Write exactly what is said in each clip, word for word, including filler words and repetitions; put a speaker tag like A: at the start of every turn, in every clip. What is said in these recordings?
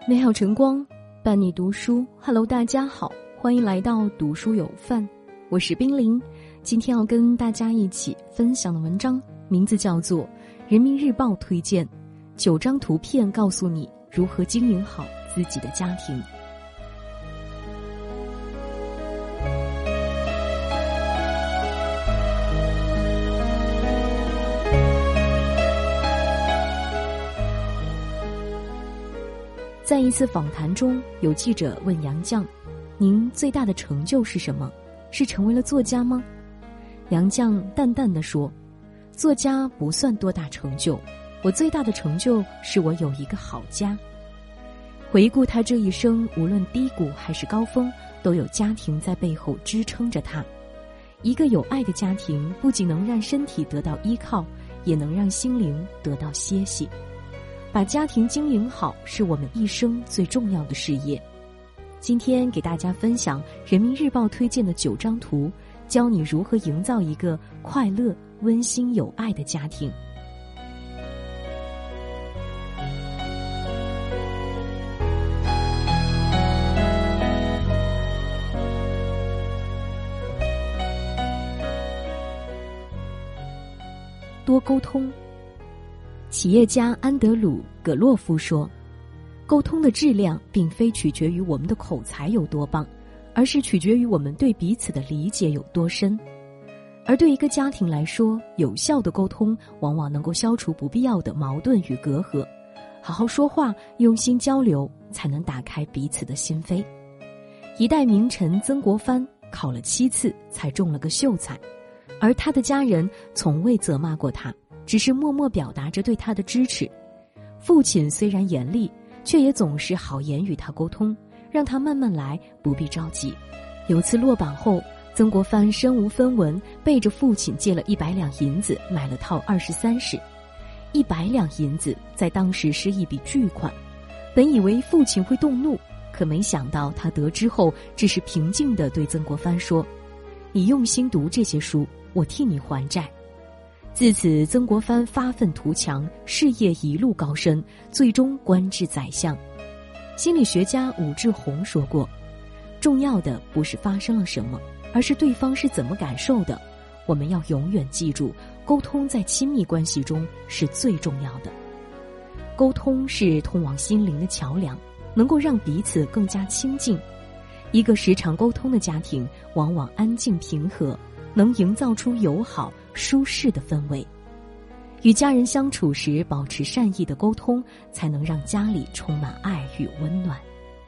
A: 美好晨光伴你读书。 Hello， 大家好，欢迎来到读书有范，我是冰凌。今天要跟大家一起分享的文章名字叫做《人民日报推荐九张图片告诉你如何经营好自己的家庭》。在一次访谈中，有记者问杨绛：您最大的成就是什么？是成为了作家吗？杨绛淡淡地说：作家不算多大成就，我最大的成就是我有一个好家。回顾他这一生，无论低谷还是高峰，都有家庭在背后支撑着他。一个有爱的家庭，不仅能让身体得到依靠，也能让心灵得到歇息。把家庭经营好是我们一生最重要的事业。今天给大家分享人民日报推荐的九张图，教你如何营造一个快乐、温馨、有爱的家庭。多沟通。企业家安德鲁·葛洛夫说，沟通的质量并非取决于我们的口才有多棒，而是取决于我们对彼此的理解有多深。而对一个家庭来说，有效的沟通往往能够消除不必要的矛盾与隔阂。好好说话，用心交流，才能打开彼此的心扉。一代名臣曾国藩考了七次才中了个秀才，而他的家人从未责骂过他，只是默默表达着对他的支持。父亲虽然严厉，却也总是好言与他沟通，让他慢慢来，不必着急。有次落榜后，曾国藩身无分文，背着父亲借了一百两银子，买了套二十三式。一百两银子在当时是一笔巨款，本以为父亲会动怒，可没想到他得知后，只是平静地对曾国藩说：你用心读这些书，我替你还债。自此，曾国藩发愤图强，事业一路高升，最终官至宰相。心理学家武志红说过，重要的不是发生了什么，而是对方是怎么感受的。我们要永远记住，沟通在亲密关系中是最重要的。沟通是通往心灵的桥梁，能够让彼此更加亲近。一个时常沟通的家庭，往往安静平和，能营造出友好舒适的氛围。与家人相处时，保持善意的沟通，才能让家里充满爱与温暖。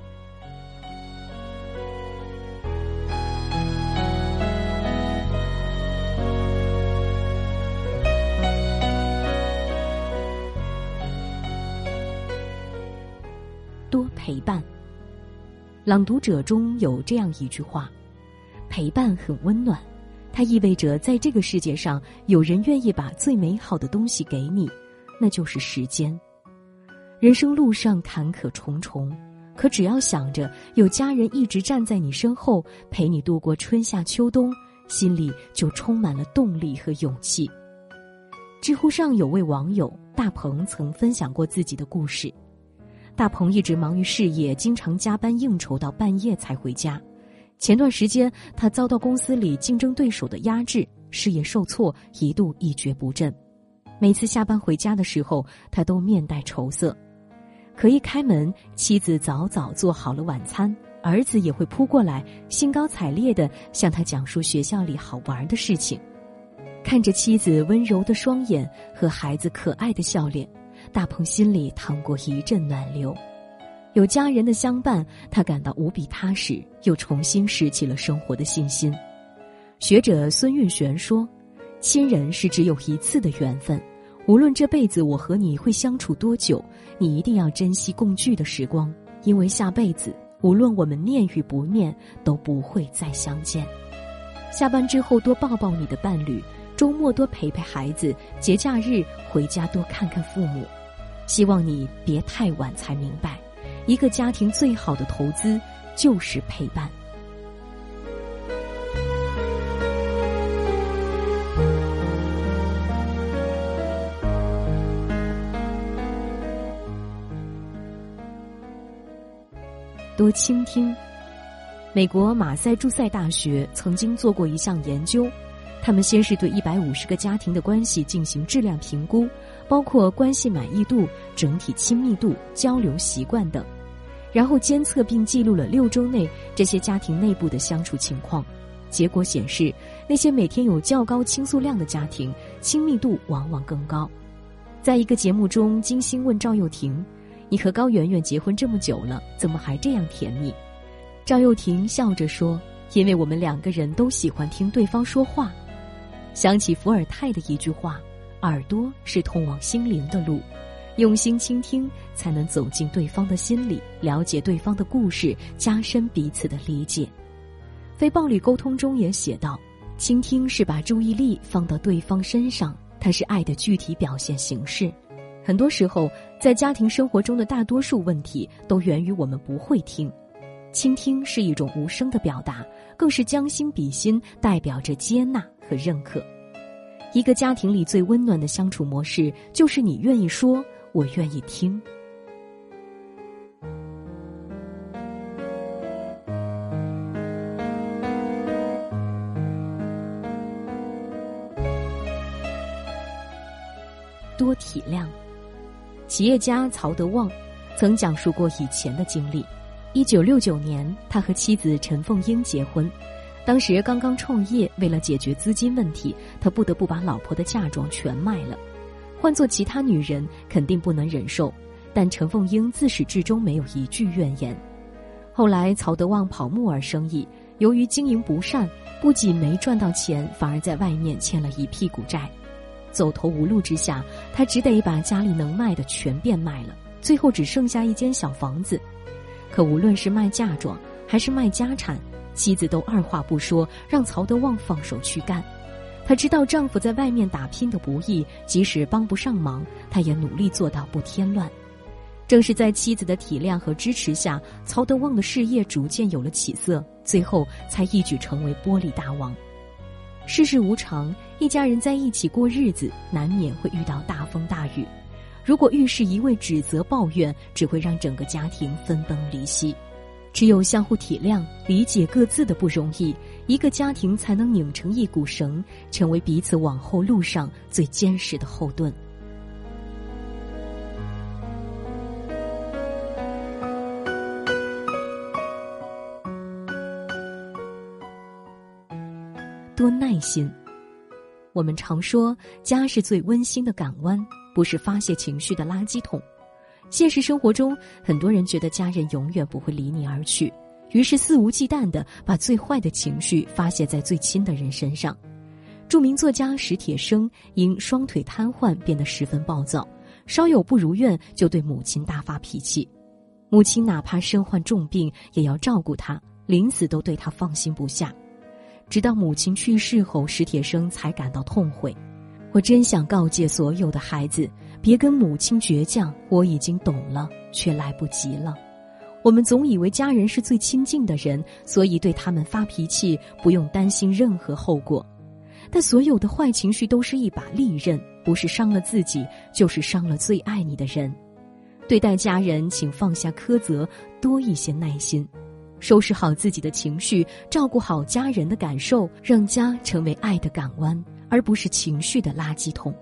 A: 多陪伴。朗读者中有这样一句话：陪伴很温暖，它意味着在这个世界上，有人愿意把最美好的东西给你，那就是时间。人生路上坎坷重重，可只要想着有家人一直站在你身后，陪你度过春夏秋冬，心里就充满了动力和勇气。知乎上有位网友大鹏曾分享过自己的故事。大鹏一直忙于事业，经常加班应酬到半夜才回家。前段时间，他遭到公司里竞争对手的压制，事业受挫，一度一蹶不振。每次下班回家的时候，他都面带愁色。可一开门，妻子早早做好了晚餐，儿子也会扑过来，兴高采烈地向他讲述学校里好玩的事情。看着妻子温柔的双眼和孩子可爱的笑脸，大鹏心里淌过一阵暖流。有家人的相伴，他感到无比踏实，又重新拾起了生活的信心。学者孙运璇说，亲人是只有一次的缘分，无论这辈子我和你会相处多久，你一定要珍惜共聚的时光，因为下辈子无论我们念与不念，都不会再相见。下班之后多抱抱你的伴侣，周末多陪陪孩子，节假日回家多看看父母。希望你别太晚才明白，一个家庭最好的投资就是陪伴。 多倾听。美国马赛诸塞大学曾经做过一项研究，他们先是对一百五十个家庭的关系进行质量评估，包括关系满意度、整体亲密度、交流习惯等，然后监测并记录了六周内这些家庭内部的相处情况。结果显示，那些每天有较高倾诉量的家庭，亲密度往往更高。在一个节目中，金星问赵又廷：“你和高圆圆结婚这么久了，怎么还这样甜蜜？”赵又廷笑着说：“因为我们两个人都喜欢听对方说话。”想起伏尔泰的一句话：“耳朵是通往心灵的路，用心倾听，才能走进对方的心里，了解对方的故事，加深彼此的理解。”非暴力沟通中也写道：“倾听是把注意力放到对方身上，它是爱的具体表现形式。”很多时候，在家庭生活中的大多数问题都源于我们不会听。倾听是一种无声的表达，更是将心比心，代表着接纳和认可。一个家庭里最温暖的相处模式，就是你愿意说，我愿意听。多体谅。企业家曹德旺曾讲述过以前的经历。一九六九年，他和妻子陈凤英结婚。当时刚刚创业，为了解决资金问题，他不得不把老婆的嫁妆全卖了。换做其他女人，肯定不能忍受，但陈凤英自始至终没有一句怨言。后来，曹德旺跑木耳生意，由于经营不善，不仅没赚到钱，反而在外面欠了一屁股债。走投无路之下，他只得把家里能卖的全变卖了，最后只剩下一间小房子。可无论是卖嫁妆还是卖家产，妻子都二话不说，让曹德旺放手去干。她知道丈夫在外面打拼的不易，即使帮不上忙，她也努力做到不添乱。正是在妻子的体谅和支持下，曹德旺的事业逐渐有了起色，最后才一举成为玻璃大王。世事无常，一家人在一起过日子，难免会遇到大风大雨。如果遇事一味指责抱怨，只会让整个家庭分崩离析。只有相互体谅，理解各自的不容易，一个家庭才能拧成一股绳，成为彼此往后路上最坚实的后盾。多耐心。我们常说，家是最温馨的港湾，不是发泄情绪的垃圾桶。现实生活中，很多人觉得家人永远不会离你而去，于是肆无忌惮地把最坏的情绪发泄在最亲的人身上。著名作家史铁生因双腿瘫痪变得十分暴躁，稍有不如愿就对母亲大发脾气。母亲哪怕身患重病，也要照顾他，临死都对他放心不下。直到母亲去世后，史铁生才感到痛悔。我真想告诫所有的孩子，别跟母亲倔强，我已经懂了，却来不及了。我们总以为家人是最亲近的人，所以对他们发脾气，不用担心任何后果。但所有的坏情绪都是一把利刃，不是伤了自己，就是伤了最爱你的人。对待家人，请放下苛责，多一些耐心。收拾好自己的情绪，照顾好家人的感受，让家成为爱的港湾，而不是情绪的垃圾桶。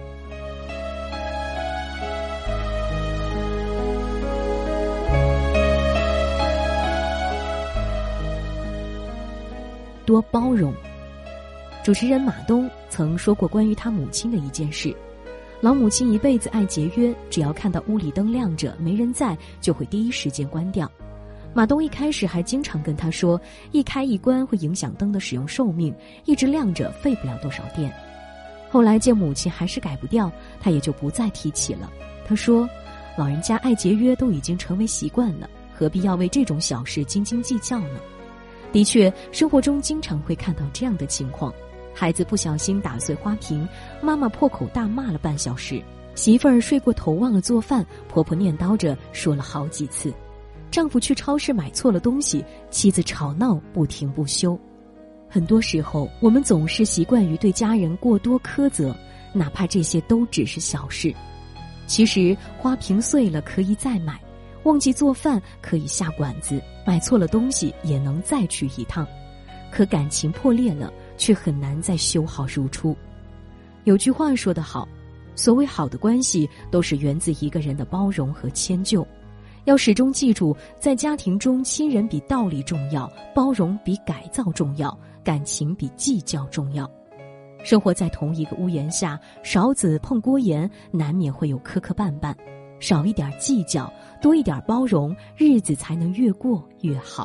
A: 多包容。主持人马东曾说过关于他母亲的一件事。老母亲一辈子爱节约，只要看到屋里灯亮着没人在，就会第一时间关掉。马东一开始还经常跟他说，一开一关会影响灯的使用寿命，一直亮着费不了多少电。后来见母亲还是改不掉，他也就不再提起了。他说，老人家爱节约都已经成为习惯了，何必要为这种小事斤斤计较呢？的确，生活中经常会看到这样的情况，孩子不小心打碎花瓶，妈妈破口大骂了半小时，媳妇儿睡过头忘了做饭，婆婆念叨着说了好几次，丈夫去超市买错了东西，妻子吵闹不停不休。很多时候，我们总是习惯于对家人过多苛责，哪怕这些都只是小事。其实花瓶碎了可以再买，忘记做饭可以下馆子， 买错了东西也能再去一趟，可感情破裂了，却很难再修好如初。有句话说得好，所谓好的关系，都是源自一个人的包容和迁就。要始终记住，在家庭中，亲人比道理重要，包容比改造重要，感情比计较重要。生活在同一个屋檐下，勺子碰锅沿，难免会有磕磕绊绊。少一点计较，多一点包容，日子才能越过越好。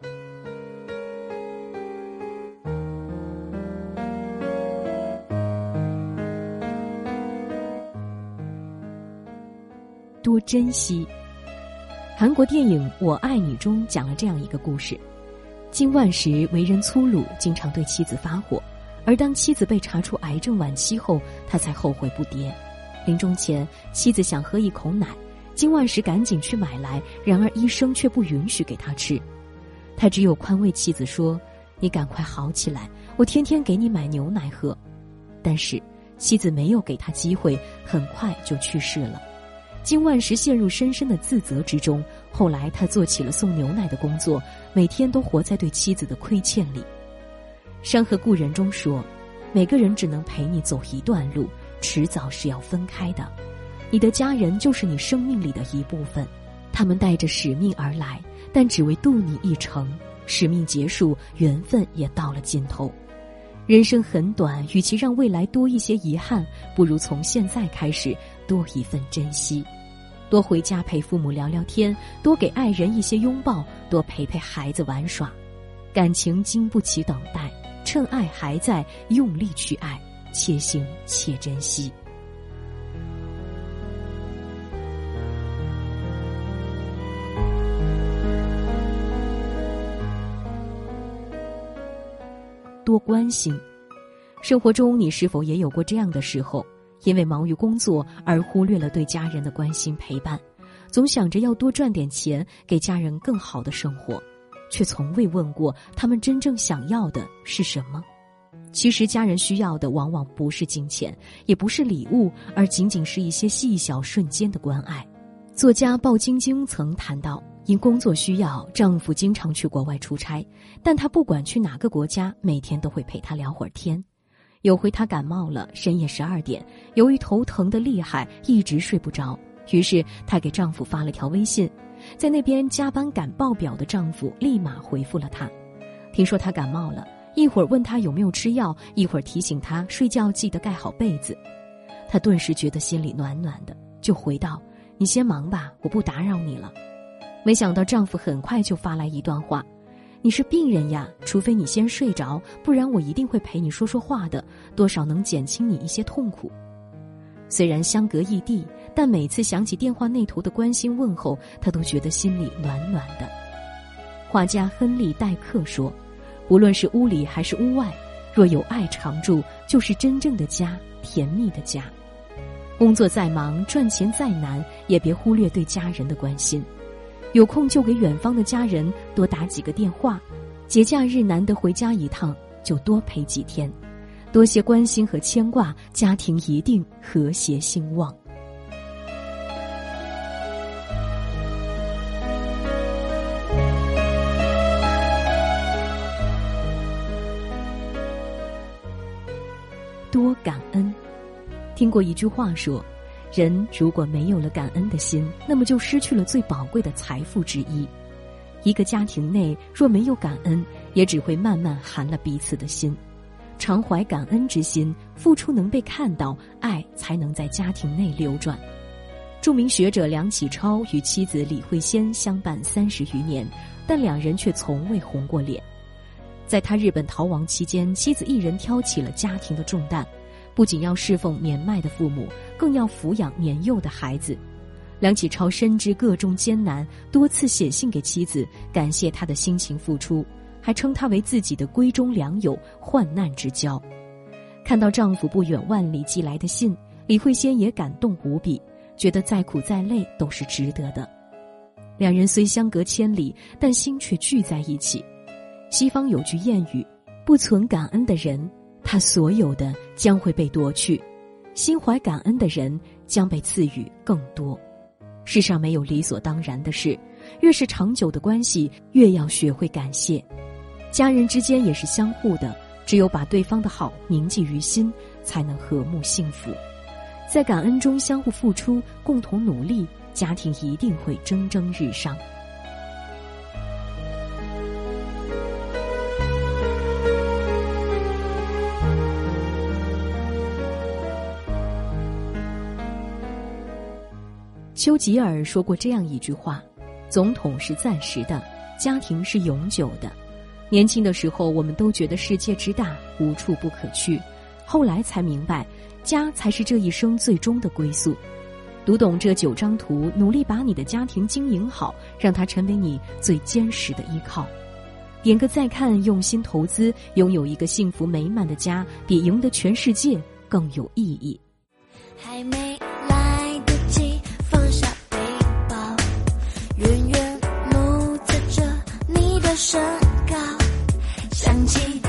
A: 多珍惜。韩国电影《我爱你》中讲了这样一个故事：金万石为人粗鲁，经常对妻子发火，而当妻子被查出癌症晚期后，他才后悔不迭。临终前，妻子想喝一口奶，金万石赶紧去买来，然而医生却不允许给他吃。他只有宽慰妻子说：“你赶快好起来，我天天给你买牛奶喝。”但是妻子没有给他机会，很快就去世了。金万石陷入深深的自责之中，后来他做起了送牛奶的工作，每天都活在对妻子的亏欠里。《山河故人》中说，每个人只能陪你走一段路，迟早是要分开的。你的家人就是你生命里的一部分，他们带着使命而来，但只为渡你一程。使命结束，缘分也到了尽头。人生很短，与其让未来多一些遗憾，不如从现在开始多一份珍惜。多回家陪父母聊聊天，多给爱人一些拥抱，多陪陪孩子玩耍。感情经不起等待，趁爱还在，用力去爱，且行且珍惜。多关心。生活中你是否也有过这样的时候，因为忙于工作而忽略了对家人的关心陪伴，总想着要多赚点钱给家人更好的生活，却从未问过他们真正想要的是什么。其实家人需要的往往不是金钱，也不是礼物，而仅仅是一些细小瞬间的关爱。作家鲍晶晶曾谈到，因工作需要，丈夫经常去国外出差，但她不管去哪个国家，每天都会陪他聊会儿天。有回她感冒了，深夜十二点，由于头疼得厉害，一直睡不着，于是她给丈夫发了条微信，在那边加班赶爆表的丈夫立马回复了她，听说她感冒了，一会儿问她有没有吃药，一会儿提醒她睡觉记得盖好被子。她顿时觉得心里暖暖的，就回道：你先忙吧，我不打扰你了。没想到丈夫很快就发来一段话：你是病人呀，除非你先睡着，不然我一定会陪你说说话的，多少能减轻你一些痛苦。虽然相隔异地，但每次想起电话那头的关心问候，她都觉得心里暖暖的。画家亨利·戴克说，无论是屋里还是屋外，若有爱常驻，就是真正的家，甜蜜的家。工作再忙，赚钱再难，也别忽略对家人的关心。有空就给远方的家人多打几个电话，节假日难得回家一趟，就多陪几天，多些关心和牵挂，家庭一定和谐兴旺。多感恩。听过一句话说，人如果没有了感恩的心，那么就失去了最宝贵的财富之一。一个家庭内若没有感恩，也只会慢慢寒了彼此的心。常怀感恩之心，付出能被看到，爱才能在家庭内流转。著名学者梁启超与妻子李惠仙相伴三十余年，但两人却从未红过脸。在他日本逃亡期间，妻子一人挑起了家庭的重担，不仅要侍奉年迈的父母，更要抚养年幼的孩子。梁启超深知各中艰难，多次写信给妻子，感谢她的辛勤付出，还称她为自己的闺中良友、患难之交。看到丈夫不远万里寄来的信，李惠仙也感动无比，觉得再苦再累都是值得的。两人虽相隔千里，但心却聚在一起。西方有句谚语，不存感恩的人，他所有的将会被夺去，心怀感恩的人将被赐予更多。世上没有理所当然的事， 越是长久的关系，越要学会感谢。家人之间也是相互的，只有把对方的好铭记于心，才能和睦幸福。在感恩中相互付出，共同努力，家庭一定会蒸蒸日上。丘吉尔说过这样一句话：总统是暂时的，家庭是永久的。年轻的时候，我们都觉得世界之大，无处不可去，后来才明白，家才是这一生最终的归宿。读懂这九张图，努力把你的家庭经营好，让它成为你最坚实的依靠。点个再看，用心投资，拥有一个幸福美满的家，比赢得全世界更有意义。
B: 还没来得及放下背包，远远目测着你的身高，想起